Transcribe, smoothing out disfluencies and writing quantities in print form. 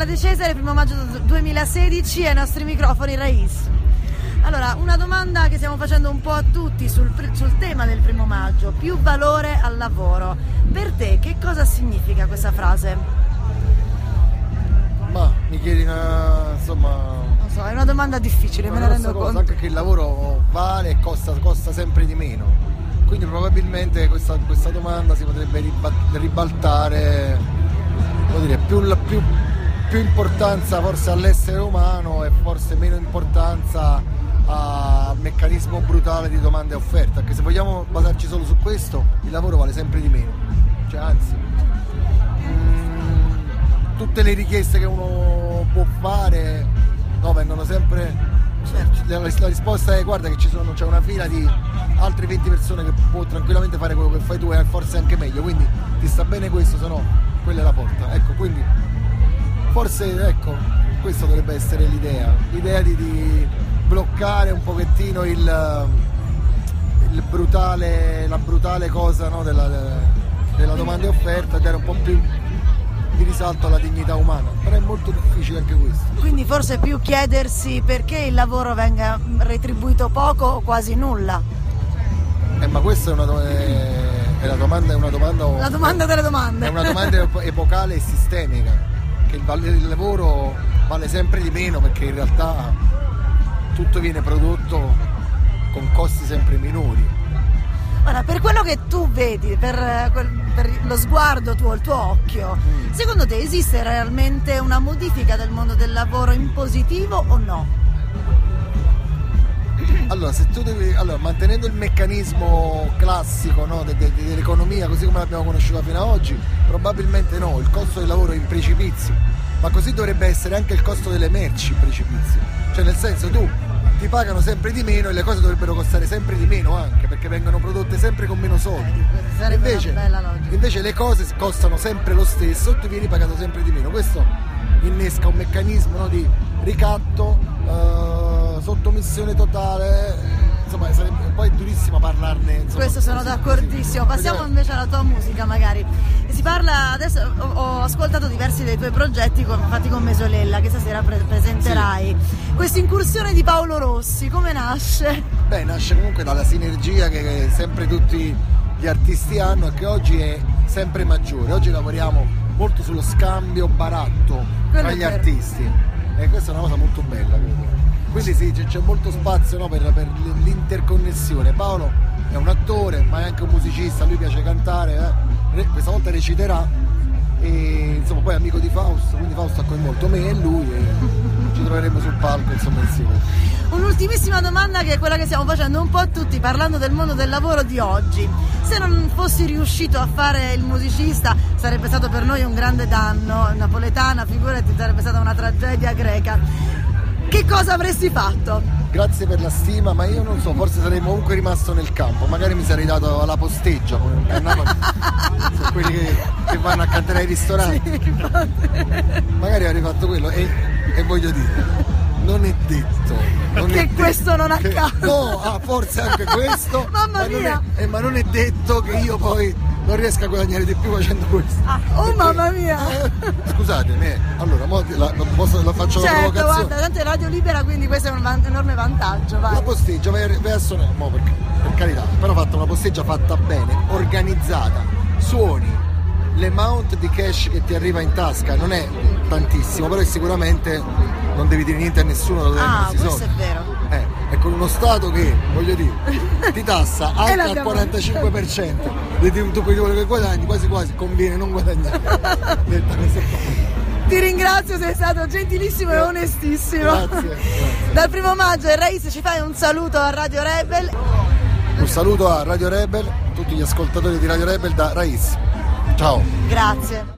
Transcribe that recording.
De Cesare, 1 maggio 2016, ai nostri microfoni Raiz. Allora, una domanda che stiamo facendo un po' a tutti sul tema del 1 maggio, più valore al lavoro. Per te che cosa significa questa frase? Ma mi chiedi insomma... Non so, è una domanda difficile, me ne rendo conto. Anche che il lavoro vale e costa sempre di meno. Quindi probabilmente questa domanda si potrebbe ribaltare, vuol dire, più importanza forse all'essere umano e forse meno importanza al meccanismo brutale di domanda e offerta, perché se vogliamo basarci solo su questo, il lavoro vale sempre di meno, cioè anzi tutte le richieste che uno può fare vengono sempre, la risposta è guarda che c'è una fila di altre 20 persone che può tranquillamente fare quello che fai tu e forse anche meglio, quindi ti sta bene questo, se no quella è la porta, ecco, quindi forse questa dovrebbe essere l'idea di bloccare un pochettino la brutale cosa, no, della domanda e offerta, dare un po' più di risalto alla dignità umana, però è molto difficile anche questo. Quindi forse più chiedersi perché il lavoro venga retribuito poco o quasi nulla. Ma questa è una domanda la domanda delle domande. È una domanda epocale e sistemica, che il lavoro vale sempre di meno perché in realtà tutto viene prodotto con costi sempre minori. Ora, per quello che tu vedi, per lo sguardo tuo, il tuo occhio, secondo te esiste realmente una modifica del mondo del lavoro in positivo o no? Allora, mantenendo il meccanismo classico, no, dell'economia così come l'abbiamo conosciuta fino ad oggi, probabilmente no, il costo del lavoro è in precipizio, ma così dovrebbe essere anche il costo delle merci in precipizio, cioè nel senso ti pagano sempre di meno e le cose dovrebbero costare sempre di meno anche perché vengono prodotte sempre con meno soldi. Invece le cose costano sempre lo stesso e tu vieni pagato sempre di meno. Questo innesca un meccanismo, no, di ricatto, sottomissione totale. Insomma, poi è durissimo parlarne. Insomma, questo sono d'accordissimo. Passiamo invece alla tua musica, magari. Si parla adesso, ho ascoltato diversi dei tuoi progetti fatti con Mesolella che stasera presenterai. Sì. Questa incursione di Paolo Rossi, come nasce? Beh, nasce comunque dalla sinergia che sempre tutti gli artisti hanno e che oggi è sempre maggiore. Oggi lavoriamo molto sullo scambio baratto tra gli artisti e questa è una cosa molto bella, credo. Quindi sì, c'è molto spazio, no, per l'interconnessione. Paolo è un attore ma è anche un musicista, a lui piace cantare, questa volta reciterà e insomma poi è amico di Fausto, quindi Fausto ha coinvolto me e lui e ci troveremo sul palco insomma insieme. Un'ultimissima domanda che è quella che stiamo facendo un po' a tutti parlando del mondo del lavoro di oggi. Se non fossi riuscito a fare il musicista sarebbe stato per noi un grande danno, napoletana, figurati, sarebbe stata una tragedia greca. Che cosa avresti fatto? Grazie per la stima, ma io non so, forse sarei comunque rimasto nel campo, magari mi sarei dato alla posteggia, a Napoli sono quelli che vanno a cantare ai ristoranti. Sì, magari avrei fatto quello e voglio dire, non è detto che questo non accada. No, forse anche questo. Mamma mia! Ma non è detto che io poi non riesco a guadagnare di più facendo questo. Mamma mia! Scusatemi, allora la faccio la provocazione. Guarda, tanto è radio libera, quindi questo è un enorme vantaggio. Vai. La posteggia, vai a suonare, per carità, però fatta una posteggia fatta bene, organizzata, suoni, l'amount di cash che ti arriva in tasca non è tantissimo, però sicuramente non devi dire niente a nessuno da dove questi soldi. Questo è vero. E con uno Stato che, voglio dire, ti tassa anche al 45% di tutto quello che guadagni, quasi quasi conviene non guadagnare. Ti ringrazio, sei stato gentilissimo e onestissimo. Grazie. Dal 1 maggio Raiz, ci fai un saluto a Radio Rebel. Un saluto a Radio Rebel, a tutti gli ascoltatori di Radio Rebel da Raiz. Ciao. Grazie.